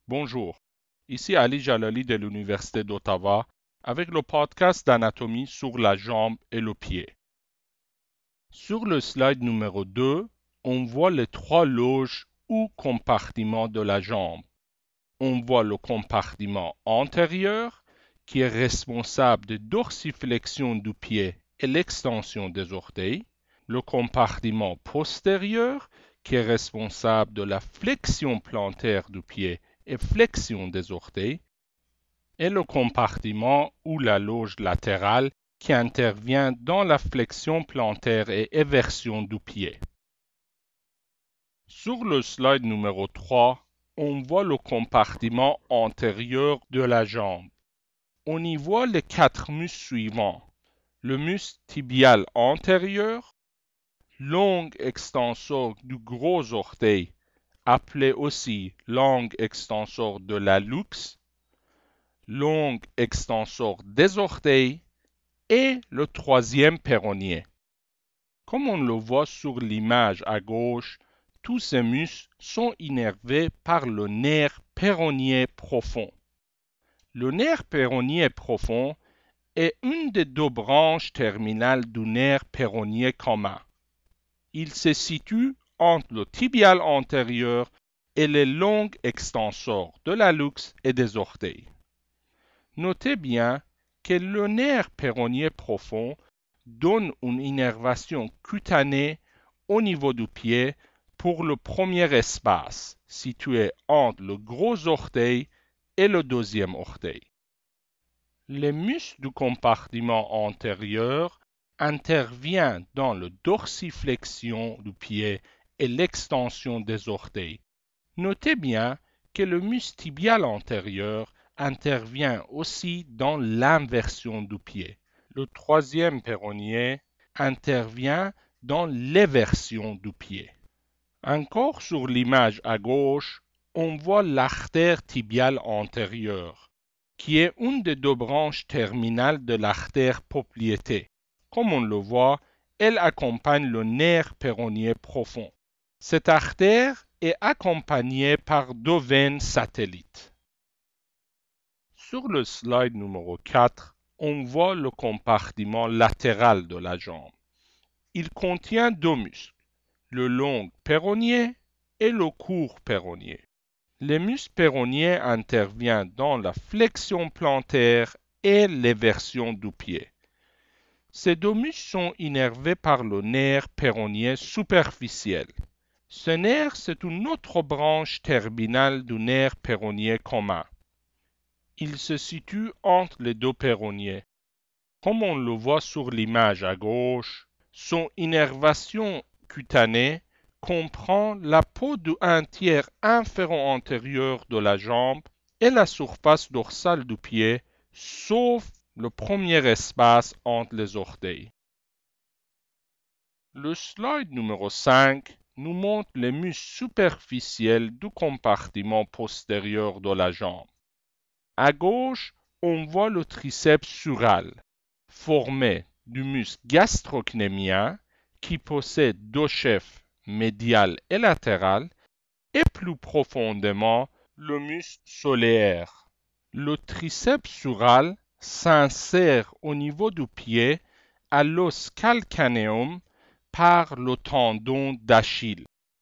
Bonjour, ici Ali Jalali de l'Université d'Ottawa avec le podcast d'anatomie sur la jambe et le pied. Sur le slide numéro 2, on voit les trois loges ou compartiments de la jambe. On voit le compartiment antérieur qui est responsable de dorsiflexion du pied et l'extension des orteils, le compartiment postérieur qui est responsable de la flexion plantaire du pied et flexion des orteils, et le compartiment ou la loge latérale qui intervient dans la flexion plantaire et éversion du pied. Sur le slide numéro 3, on voit le compartiment antérieur de la jambe. On y voit les quatre muscles suivants. Le muscle tibial antérieur, long extenseur du gros orteil, appelé aussi long extenseur de l'hallux, long extenseur des orteils et le troisième péronnier. Comme on le voit sur l'image à gauche, tous ces muscles sont innervés par le nerf péronnier profond. Le nerf péronnier profond est une des deux branches terminales du nerf péronnier commun. Il se situe entre le tibial antérieur et les longs extenseurs de l'hallux et des orteils. Notez bien que le nerf péronnier profond donne une innervation cutanée au niveau du pied pour le premier espace, situé entre le gros orteil et le deuxième orteil. Les muscles du compartiment antérieur interviennent dans la dorsiflexion du pied et l'extension des orteils. Notez bien que le muscle tibial antérieur intervient aussi dans l'inversion du pied. Le troisième péronnier intervient dans l'éversion du pied. Encore sur l'image à gauche, on voit l'artère tibiale antérieure, qui est une des deux branches terminales de l'artère popliteée. Comme on le voit, elle accompagne le nerf péronnier profond. Cette artère est accompagnée par deux veines satellites. Sur le slide numéro 4, on voit le compartiment latéral de la jambe. Il contient deux muscles, le long péronnier et le court péronnier. Les muscles péronniers interviennent dans la flexion plantaire et l'éversion du pied. Ces deux muscles sont innervés par le nerf péronnier superficiel. Ce nerf, c'est une autre branche terminale du nerf péronnier commun. Il se situe entre les deux péronniers. Comme on le voit sur l'image à gauche, son innervation cutanée comprend la peau du un tiers inféro-antérieur de la jambe et la surface dorsale du pied, sauf le premier espace entre les orteils. Le slide numéro 5 nous montre les muscles superficiels du compartiment postérieur de la jambe. À gauche, on voit le triceps sural, formé du muscle gastrocnémien qui possède deux chefs médial et latéral, et plus profondément le muscle solaire. Le triceps sural s'insère au niveau du pied à l'os calcaneum par le tendon d'Achille.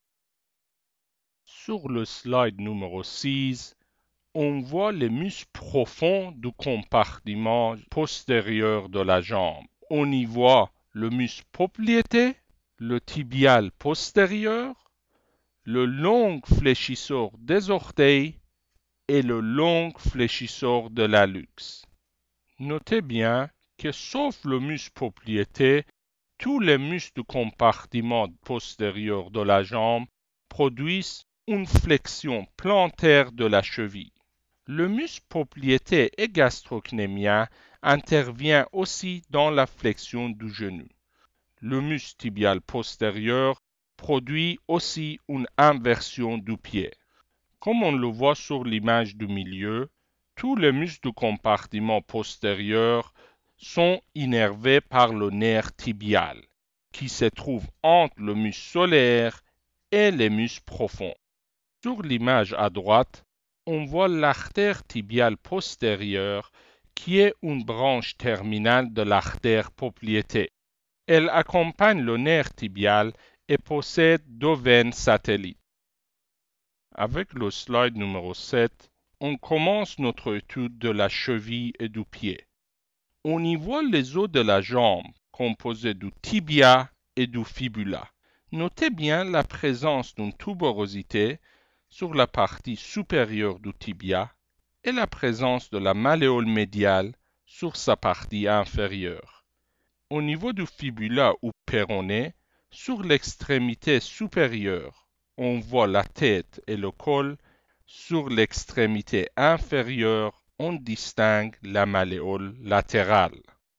Sur le slide numéro 6, on voit les muscles profonds du compartiment postérieur de la jambe. On y voit le muscle popliteé, le tibial postérieur, le long fléchisseur des orteils et le long fléchisseur de l'hallux. Notez bien que sauf le muscle popliteé, tous les muscles du compartiment postérieur de la jambe produisent une flexion plantaire de la cheville. Le muscle popliteé et gastrocnémien intervient aussi dans la flexion du genou. Le muscle tibial postérieur produit aussi une inversion du pied. Comme on le voit sur l'image du milieu, tous les muscles du compartiment postérieur sont innervés par le nerf tibial, qui se trouve entre le muscle solaire et les muscles profonds. Sur l'image à droite, on voit l'artère tibiale postérieure qui est une branche terminale de l'artère popliteée. Elle accompagne le nerf tibial et possède deux veines satellites. Avec le slide numéro 7, on commence notre étude de la cheville et du pied. On y voit les os de la jambe composés du tibia et du fibula. Notez bien la présence d'une tuberosité sur la partie supérieure du tibia et la présence de la malléole médiale sur sa partie inférieure. Au niveau du fibula ou péroné, sur l'extrémité supérieure, on voit la tête et le col. Sur l'extrémité inférieure, on distingue la malléole latérale.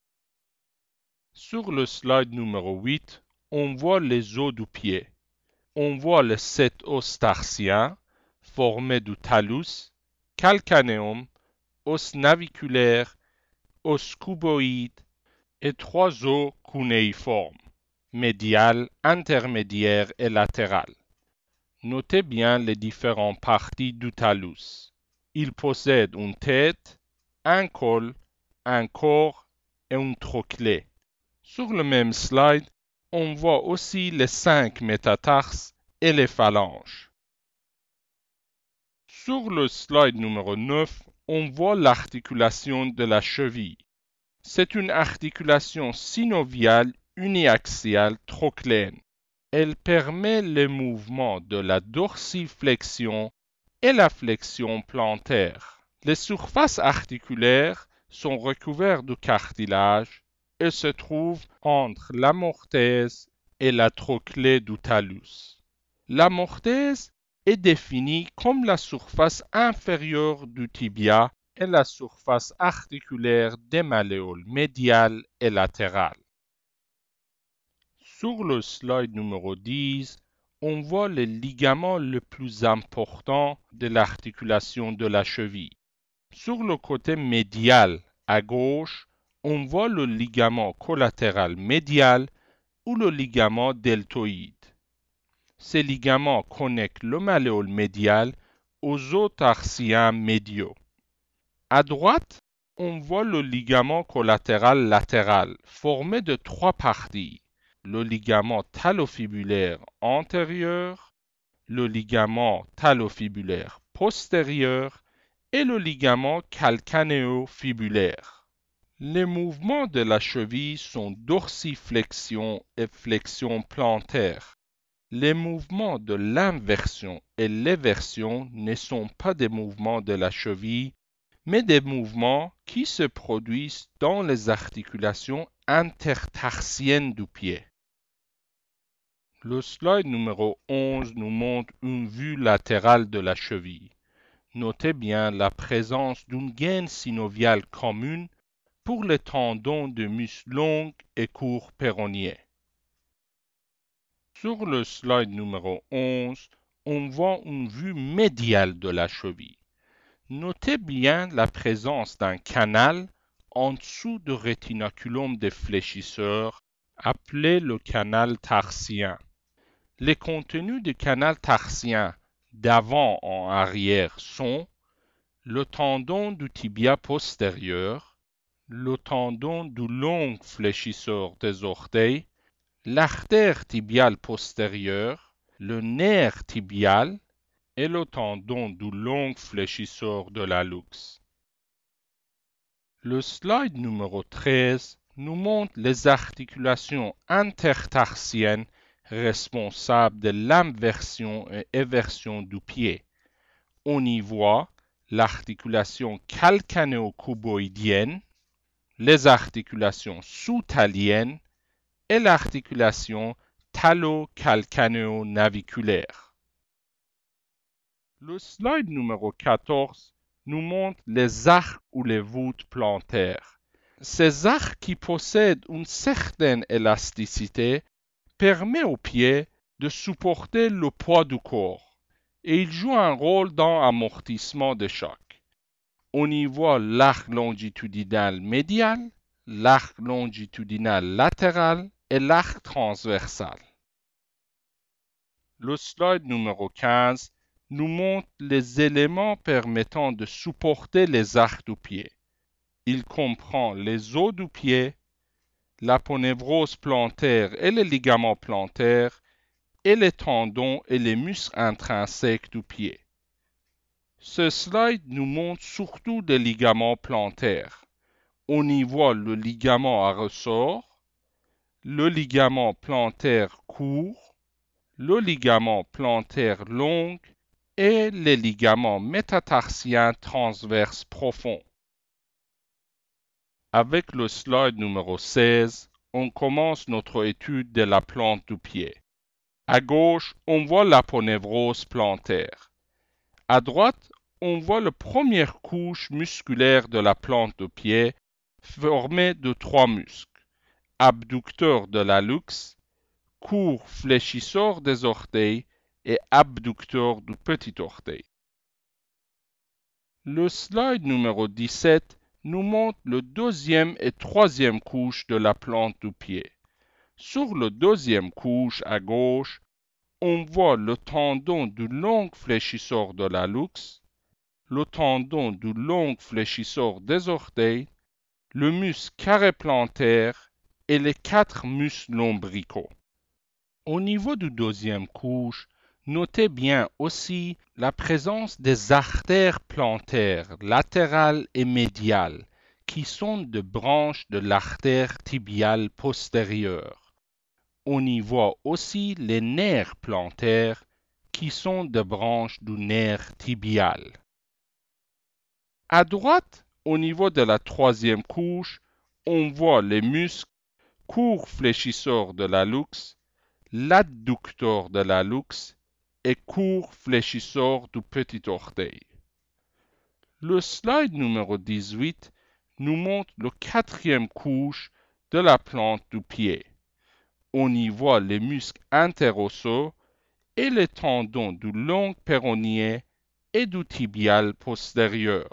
Sur le slide numéro 8, on voit les os du pied. On voit les 7 os tarsiens formés du talus, calcaneum, os naviculaire, os cuboïde et 3 os cunéiformes, médial, intermédiaire et latéral. Notez bien les différentes parties du talus. Il possède une tête, un col, un corps et une trochlée. Sur le même slide, on voit aussi les 5 métatarses et les phalanges. Sur le slide numéro 9, on voit l'articulation de la cheville. C'est une articulation synoviale uniaxiale trochléenne. Elle permet le mouvement de la dorsiflexion et la flexion plantaire. Les surfaces articulaires sont recouvertes de cartilage et se trouvent entre l'amorthèse et la trochlée du talus. L'amorthèse est définie comme la surface inférieure du tibia et la surface articulaire des malléoles médiales et latérales. Sur le slide numéro 10, on voit le ligament le plus important de l'articulation de la cheville. Sur le côté médial à gauche, on voit le ligament collatéral médial ou le ligament deltoïde. Ces ligaments connectent le malléole médial aux os tarsiens médiaux. À droite, on voit le ligament collatéral latéral formé de 3 parties. Le ligament talofibulaire antérieur, le ligament talofibulaire postérieur et le ligament calcanéo-fibulaire. Les mouvements de la cheville sont dorsiflexion et flexion plantaire. Les mouvements de l'inversion et l'éversion ne sont pas des mouvements de la cheville, mais des mouvements qui se produisent dans les articulations intertarsiennes du pied. Le slide numéro 11 nous montre une vue latérale de la cheville. Notez bien la présence d'une gaine synoviale commune pour les tendons de muscles longs et courts péronniers. Sur le slide numéro 11, on voit une vue médiale de la cheville. Notez bien la présence d'un canal en dessous du rétinaculum des fléchisseurs, appelé le canal tarsien. Les contenus du canal tarsien d'avant en arrière sont le tendon du tibia postérieur, le tendon du long fléchisseur des orteils, l'artère tibiale postérieure, le nerf tibial et le tendon du long fléchisseur de l'hallux. Le slide numéro 13 nous montre les articulations intertarsiennes responsables de l'inversion et éversion du pied. On y voit l'articulation calcanéo-cuboïdienne, les articulations sous-taliennes et l'articulation talo-calcanéo-naviculaire. Le slide numéro 14 nous montre les arcs ou les voûtes plantaires. Ces arcs qui possèdent une certaine élasticité permettent aux pieds de supporter le poids du corps et ils jouent un rôle dans l'amortissement des chocs. On y voit l'arc longitudinal médial, l'arc longitudinal latéral et l'arc transversal. Le slide numéro 15 nous montre les éléments permettant de supporter les arcs du pied. Il comprend les os du pied, l'aponévrose plantaire et les ligaments plantaires, et les tendons et les muscles intrinsèques du pied. Ce slide nous montre surtout des ligaments plantaires. On y voit le ligament à ressort, le ligament plantaire court, le ligament plantaire long et les ligaments métatarsiens transverses profonds. Avec le slide numéro 16, on commence notre étude de la plante du pied. À gauche, on voit l'aponévrose plantaire. À droite, on voit la première couche musculaire de la plante du pied formée de 3 muscles. Abducteur de l'hallux, court fléchisseur des orteils et abducteur du petit orteil. Le slide numéro 17 nous montre le deuxième et troisième couche de la plante du pied. Sur la deuxième couche à gauche, on voit le tendon du long fléchisseur de l'hallux, le tendon du long fléchisseur des orteils, le muscle carré plantaire et les 4 muscles lombricaux. Au niveau du deuxième couche, notez bien aussi la présence des artères plantaires latérales et médiales, qui sont des branches de l'artère tibiale postérieure. On y voit aussi les nerfs plantaires, qui sont des branches du nerf tibial. À droite, au niveau de la troisième couche, on voit les muscles court fléchisseurs de l'hallux, l'adducteur de l'hallux et court fléchisseur du petit orteil. Le slide numéro 18 nous montre la quatrième couche de la plante du pied. On y voit les muscles interosseux et les tendons du long péronéen et du tibial postérieur.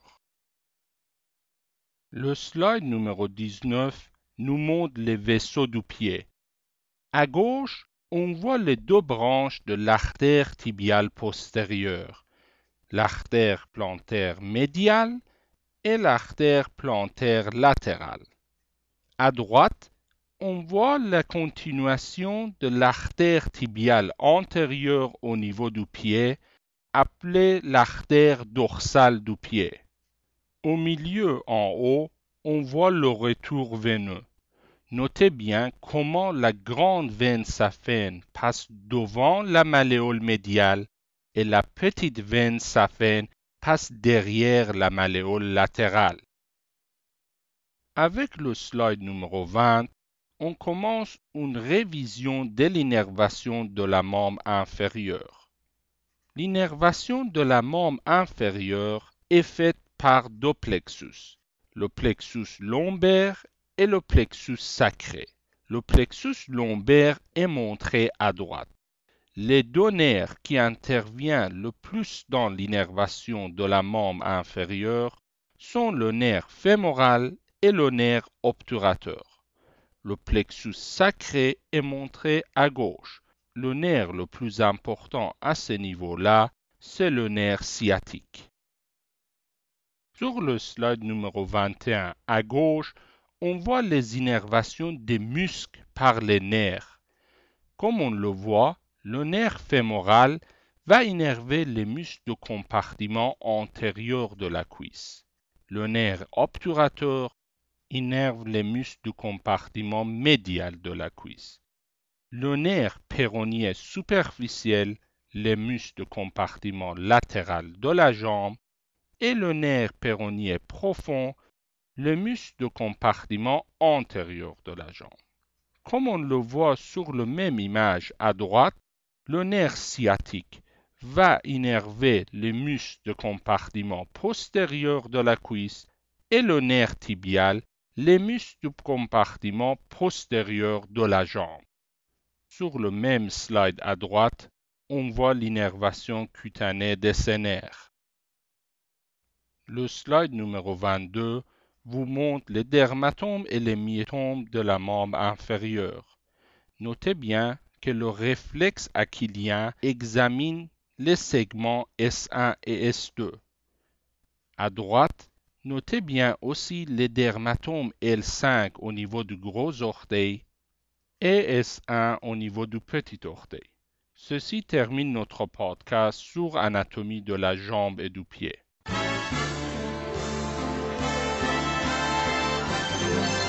Le slide numéro 19 nous montre les vaisseaux du pied. À gauche, on voit les 2 branches de l'artère tibiale postérieure, l'artère plantaire médiale et l'artère plantaire latérale. À droite, on voit la continuation de l'artère tibiale antérieure au niveau du pied, appelée l'artère dorsale du pied. Au milieu en haut, on voit le retour veineux. Notez bien comment la grande veine saphène passe devant la malléole médiale et la petite veine saphène passe derrière la malléole latérale. Avec le slide numéro 20, on commence une révision de l'innervation de la membre inférieure. L'innervation de la membre inférieure est faite par 2 plexus, le plexus lombaire et le plexus sacré. Le plexus lombaire est montré à droite. Les 2 nerfs qui interviennent le plus dans l'innervation de la membre inférieure sont le nerf fémoral et le nerf obturateur. Le plexus sacré est montré à gauche. Le nerf le plus important à ce niveau-là, c'est le nerf sciatique. Sur le slide numéro 21 à gauche, on voit les innervations des muscles par les nerfs. Comme on le voit, le nerf fémoral va innerver les muscles du compartiment antérieur de la cuisse. Le nerf obturateur innerve les muscles du compartiment médial de la cuisse. Le nerf péronien superficiel, les muscles du compartiment latéral de la jambe, et le nerf péronien profond, le muscle du compartiment antérieur de la jambe. Comme on le voit sur la même image à droite, le nerf sciatique va innerver les muscles du compartiment postérieur de la cuisse et le nerf tibial, les muscles du compartiment postérieur de la jambe. Sur le même slide à droite, on voit l'innervation cutanée de ces nerfs. Le slide numéro 22 vous montre les dermatomes et les myétomes de la membre inférieure. Notez bien que le réflexe achillien examine les segments S1 et S2. À droite, notez bien aussi les dermatomes L5 au niveau du gros orteil et S1 au niveau du petit orteil. Ceci termine notre podcast sur anatomie de la jambe et du pied.